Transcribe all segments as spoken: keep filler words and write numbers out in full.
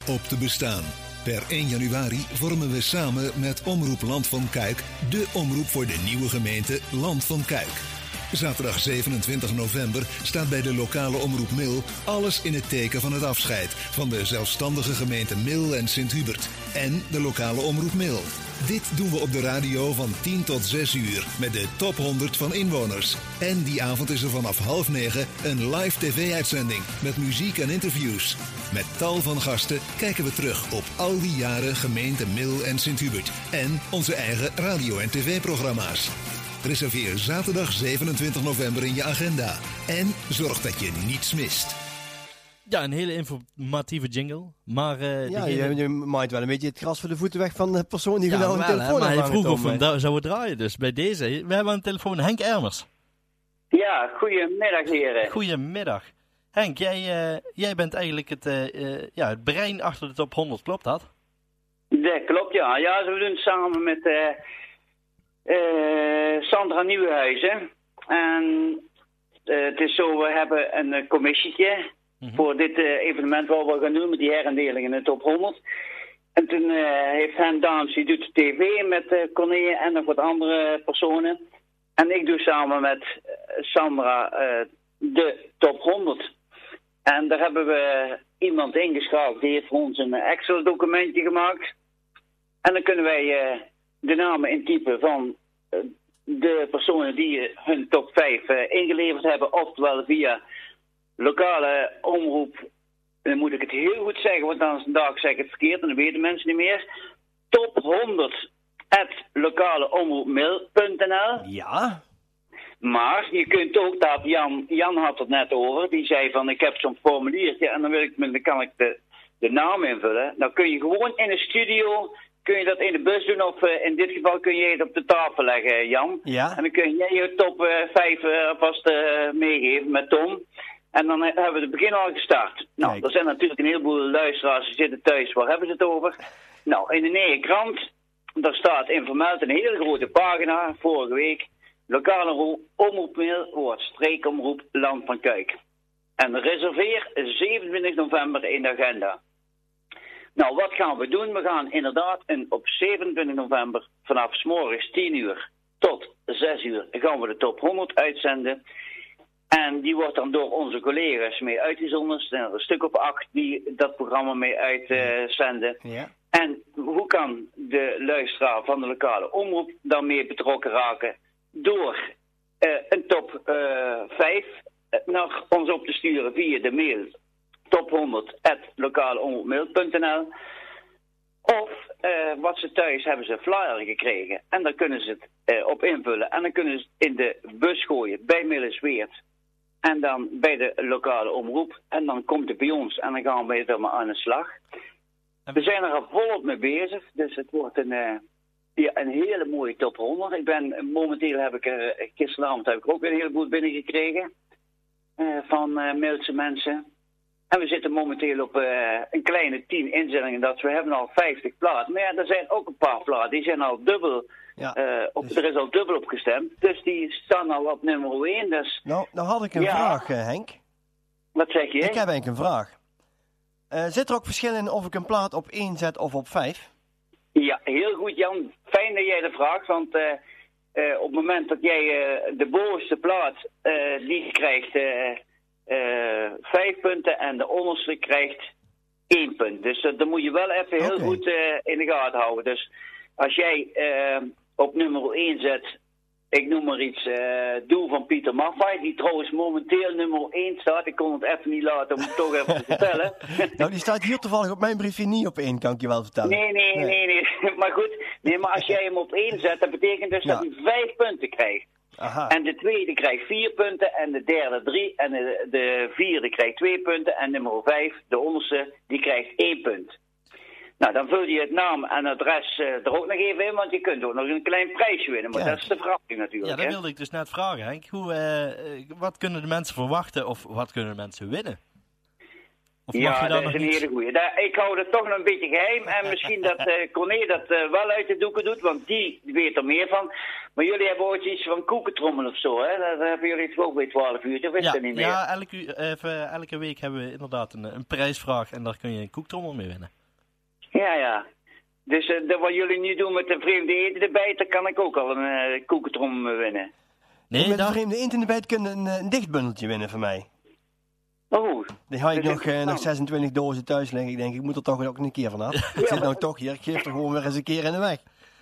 op te bestaan. Per één januari vormen we samen met Omroep Land van Kuik de omroep voor de nieuwe gemeente Land van Kuik. Zaterdag zevenentwintig november staat bij de lokale omroep Mil alles in het teken van het afscheid van de zelfstandige gemeente Mil en Sint-Hubert en de lokale omroep Mil. Dit doen we op de radio van tien tot zes uur met de top honderd van inwoners. En die avond is er vanaf half negen een live tv-uitzending met muziek en interviews. Met tal van gasten kijken we terug op al die jaren gemeente Mil en Sint-Hubert en onze eigen radio- en tv-programma's. Reserveer zaterdag zevenentwintig november in je agenda. En zorg dat je niets mist. Ja, een hele informatieve jingle. Maar uh, ja, degene... je, je maait wel een beetje het gras voor de voeten weg van de persoon die ja, nou een wel, telefoon hè, maar hij vroeg of we hem da- zouden draaien. Dus bij deze. We hebben aan de telefoon Henk Ermers. Ja, goedemiddag heren. Goedemiddag. Henk, jij, uh, jij bent eigenlijk het, uh, uh, ja, het brein achter de top honderd, klopt dat? Dat klopt, ja. Ja, we doen het samen met uh, uh, Sandra Nieuwenhuizen. En uh, het is zo, we hebben een uh, commissietje mm-hmm. voor dit uh, evenement wat we gaan doen met die herindeling in de top honderd. En toen uh, heeft Hen Daams, die doet de tv met uh, Corné en nog wat andere personen. En ik doe samen met uh, Sandra uh, de top honderd. En daar hebben we iemand ingeschakeld, die heeft voor ons een Excel-documentje gemaakt. En dan kunnen wij uh, de namen intypen van uh, de personen die uh, hun top vijf uh, ingeleverd hebben. Oftewel via lokale omroep. Dan moet ik het heel goed zeggen, want dan zeg ik het verkeerd en dan weten mensen niet meer. top honderd at lokaleomroepmail punt n l. Ja. Maar je kunt ook, dat Jan, Jan had het net over, die zei van ik heb zo'n formuliertje en dan, wil ik, dan kan ik de, de naam invullen. Dan kun je gewoon in de studio, kun je dat in de bus doen of uh, in dit geval kun je het op de tafel leggen, Jan. Ja. En dan kun jij je top vijf uh, alvast uh, meegeven met Tom. En dan uh, hebben we het begin al gestart. Nou, Kijk. er zijn natuurlijk een heleboel luisteraars die zitten thuis, waar hebben ze het over? Nou, in de Negenkrant, daar staat in vermeld een hele grote pagina, vorige week. Lokale omroepmail wordt streekomroep Land van Kuik. En reserveer zevenentwintig november in de agenda. Nou, wat gaan we doen? We gaan inderdaad een, op zevenentwintig november vanaf 's morgens tien uur tot zes uur gaan we de top honderd uitzenden. En die wordt dan door onze collega's mee uitgezonden. Er zijn er een stuk op acht die dat programma mee uitzenden. Uh, ja. En hoe kan de luisteraar van de lokale omroep daarmee betrokken raken? Door uh, een top uh, vijf naar ons op te sturen via de mail top honderd at lokaleomroepmail punt n l. Of uh, wat ze thuis hebben ze een flyer gekregen. En daar kunnen ze het uh, op invullen. En dan kunnen ze het in de bus gooien bij Millesweert. En dan bij de lokale omroep. En dan komt het bij ons. En dan gaan we er maar aan de slag. We zijn er al volop mee bezig. Dus het wordt een... Uh, Ja, een hele mooie top honderd. Ik ben, momenteel heb ik er, gisteravond heb ik ook een heleboel binnengekregen. Uh, van uh, mailtse mensen. En we zitten momenteel op uh, een kleine tien inzendingen. Dat we hebben al vijftig platen. Maar ja, er zijn ook een paar platen. Die zijn al dubbel, Ja, uh, op, dus... er is al dubbel op gestemd. Dus die staan al op nummer één. Dus... Nou, nou had ik een ja. vraag, uh, Henk. Wat zeg je? Ik heb eigenlijk een vraag. Uh, zit er ook verschil in of ik een plaat op één zet of op vijf? Ja, heel goed Jan. Fijn dat jij dat vraagt, want uh, uh, op het moment dat jij uh, de bovenste plaat, uh, die krijgt uh, uh, vijf punten en de onderste krijgt één punt. Dus uh, dan moet je wel even heel okay. goed uh, in de gaten houden. Dus als jij uh, op nummer één zet, ik noem maar iets, uh, Doel van Pieter Maffay, die trouwens momenteel nummer één staat. Ik kon het even niet laten om het toch even te vertellen. Nou, die staat hier toevallig op mijn briefje niet op één, kan ik je wel vertellen. Nee, nee, nee, nee. nee. Maar goed, nee, maar als jij hem op één zet, dat betekent dus ja. dat hij vijf punten krijgt. Aha. En de tweede krijgt vier punten en de derde drie en de, de vierde krijgt twee punten en nummer vijf, de onderste, die krijgt één punt. Nou, dan vul je het naam en adres uh, er ook nog even in, want je kunt ook nog een klein prijsje winnen. Maar Kijk. dat is de verrassing natuurlijk. Ja, dat hè? wilde ik dus net vragen, Henk. Hoe, uh, wat kunnen de mensen verwachten of wat kunnen de mensen winnen? Of mag Ja, je dat daar is nog een niets? hele goeie. Daar, ik hou dat toch nog een beetje geheim. En misschien dat uh, Corné dat uh, wel uit de doeken doet, want die weet er meer van. Maar jullie hebben ooit iets van koekentrommel of zo, hè? Dat hebben jullie toch ook bij twaalf uur, of is Ja, dat niet meer? ja elke, u- even, elke week hebben we inderdaad een, een prijsvraag en daar kun je een koektrommel mee winnen. Ja, ja. Dus uh, dat wat jullie nu doen met de vreemde eten erbij, daar kan ik ook al een uh, koekentrommel winnen. Nee, met daar- een vreemde eend in de bijt kun je een, een dichtbundeltje winnen van mij. Oh, Die had ik dat is nog, eh, nog interessant. zesentwintig dozen thuis liggen. Ik denk, ik moet er toch ook een keer van af. Ik zit nou toch hier, ik geef er gewoon weer eens een keer in de weg.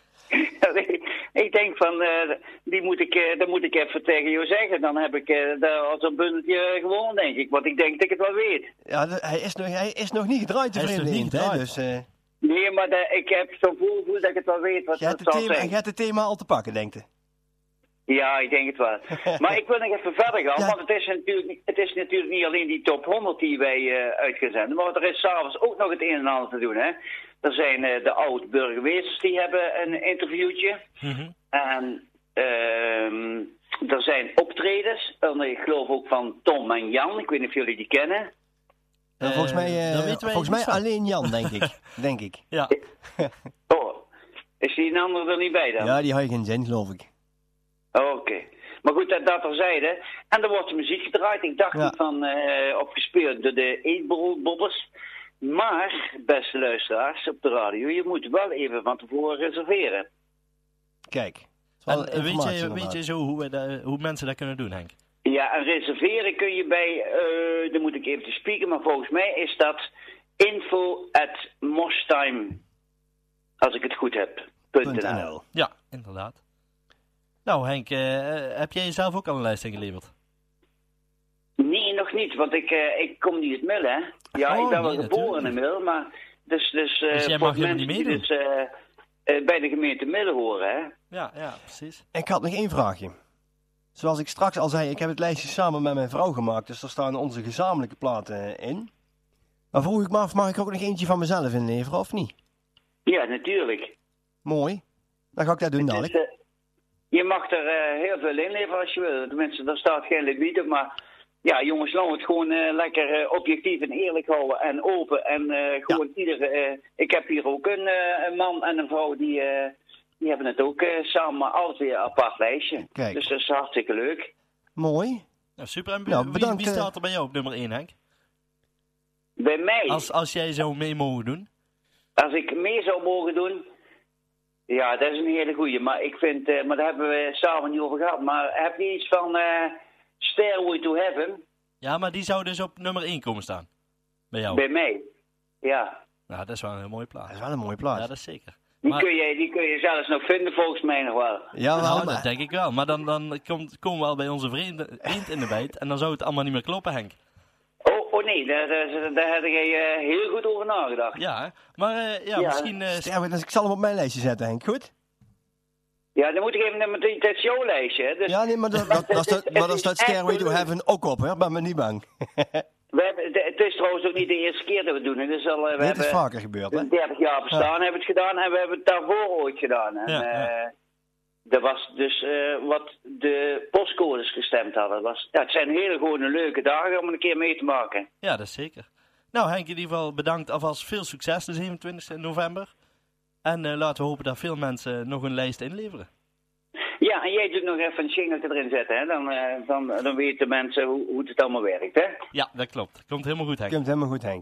Ik denk van, uh, die moet ik, uh, dat moet ik even tegen jou zeggen. Dan heb ik uh, daar als een bundeltje gewonnen, denk ik. Want ik denk dat ik het wel weet. Ja, de- hij, is nog, hij is nog niet gedraaid, de Hij is vreemde nog niet eend. Hè? gedraaid. Dus uh, Nee, maar de, ik heb zo'n voorgevoel dat ik het wel weet wat je, hebt het het zal thema, zijn. je hebt het thema al te pakken, denk je. Ja, ik denk het wel. Maar ik wil nog even verder gaan, Ja. want het is, natuurlijk, niet- het is natuurlijk niet alleen die top honderd die wij uh, uit gaan zenden. Maar er is s'avonds ook nog het een en ander te doen, hè. Er zijn uh, de oud-burgemeesters die hebben een interviewtje. Mhm. En ehm er zijn optredens. En ik geloof ook van Tom en Jan. Ik weet niet of jullie die kennen. Nou, volgens mij, Eh, eh, daar weten wij volgens mij niets van. alleen Jan, denk ik. denk ik. Ja, Oh, is die een ander er niet bij dan? Ja, die had je geen zin, geloof ik. Oké. Maar goed, dat, dat terzijde. En er wordt muziek gedraaid. Ik dacht Ja. niet van uh, opgespeeld door de eetbobbers. Maar, beste luisteraars op de radio, je moet wel even van tevoren reserveren. Kijk. het is wel en eh, weet informatie je, weet inderdaad. je zo hoe, we da- hoe mensen dat kunnen doen, Henk? Ja, en reserveren kun je bij, uh, dan moet ik even te spieken, maar volgens mij is dat info at mostime, als ik het goed heb, Punt .nl. N L. Ja, inderdaad. Nou Henk, eh, heb jij jezelf ook al een lijst ingeleverd? Nee, nog niet, want ik, uh, ik kom niet uit Mil, hè. Ja, Oh, ik ben wel nee, geboren natuurlijk. in Mil, maar dus, dus, uh, Dus jij voor mag helemaal mensen niet die meedoen. dus, uh, uh, bij de gemeente Mil horen, hè. Ja, ja, precies. Ik had nog één vraagje. Zoals ik straks al zei, ik heb het lijstje samen met mijn vrouw gemaakt, dus er staan onze gezamenlijke platen in. Maar vroeg ik me af, mag ik ook nog eentje van mezelf inleveren of niet? Ja, natuurlijk. Mooi. Dan ga ik dat doen Dus, dadelijk. uh, je mag er uh, heel veel inleveren als je wil. Tenminste, daar staat geen limiet op, maar ja, jongens, laten we het gewoon uh, lekker uh, objectief en eerlijk houden en open. En uh, gewoon ieder... Uh, ik heb hier ook een, uh, een man en een vrouw die... Uh, die hebben het ook uh, samen altijd weer een apart lijstje. Kijk. Dus dat is hartstikke leuk. Mooi. Nou, super. En Nou, wie, bedankt, wie eh. staat er bij jou op nummer één, Henk? Bij mij, als, Als, als jij zou mee mogen doen. als ik mee zou mogen doen... Ja, dat is een hele goeie. Maar ik vind... Uh, maar daar hebben we samen niet over gehad. Maar heb je iets van uh, Stairway to Heaven? Ja, maar die zou dus op nummer één komen staan. Bij jou. Bij mij. Ja. Nou, dat is wel een heel mooie Dat plaat. is wel een mooie Ja, plaat. dat is zeker. Die, Maar- kun je, die kun je zelfs nog vinden volgens mij nog wel. Ja, wel, Nou, dat maar... denk ik wel. Maar dan, dan komt, komen we al bij onze vrienden eend in de bijt. En dan zou het allemaal niet meer kloppen, Henk. Oh, oh nee, daar, daar, daar heb je uh, heel goed over nagedacht. Ja, hè? Maar eh, ja, Ja. misschien... eh, Ja, dus ik zal hem op mijn lijstje zetten, Henk. Goed? Ja, dan moet ik even met het showlijstje. Hè. Dus Ja, nee, maar, dat, dat, dat, staat- maar daar staat Stairway to Heaven ook op, hè? Ben me niet bang. we hebben, de- het is trouwens ook niet de eerste keer dat we het doen. Het is al, uh, we Dit is hebben vaker gebeurd, hè? dertig jaar bestaan, hebben we het gedaan en we hebben het daarvoor ooit gedaan. En, Ja, ja. uh, dat was dus uh, wat de postcodes gestemd hadden. Dat was, ja, het zijn hele gewone leuke dagen om een keer mee te maken. Ja, dat is zeker. Nou, Henk, in ieder geval bedankt. Alvast veel succes de zevenentwintigste november. En eh, laten we hopen dat veel mensen nog een lijst inleveren. Ja, en jij doet nog even een jingle erin zetten. Hè? Dan, uh, dan, dan weten mensen hoe, hoe het allemaal werkt. Hè? Ja, dat klopt. Komt helemaal goed, Henk. Komt helemaal goed, Henk.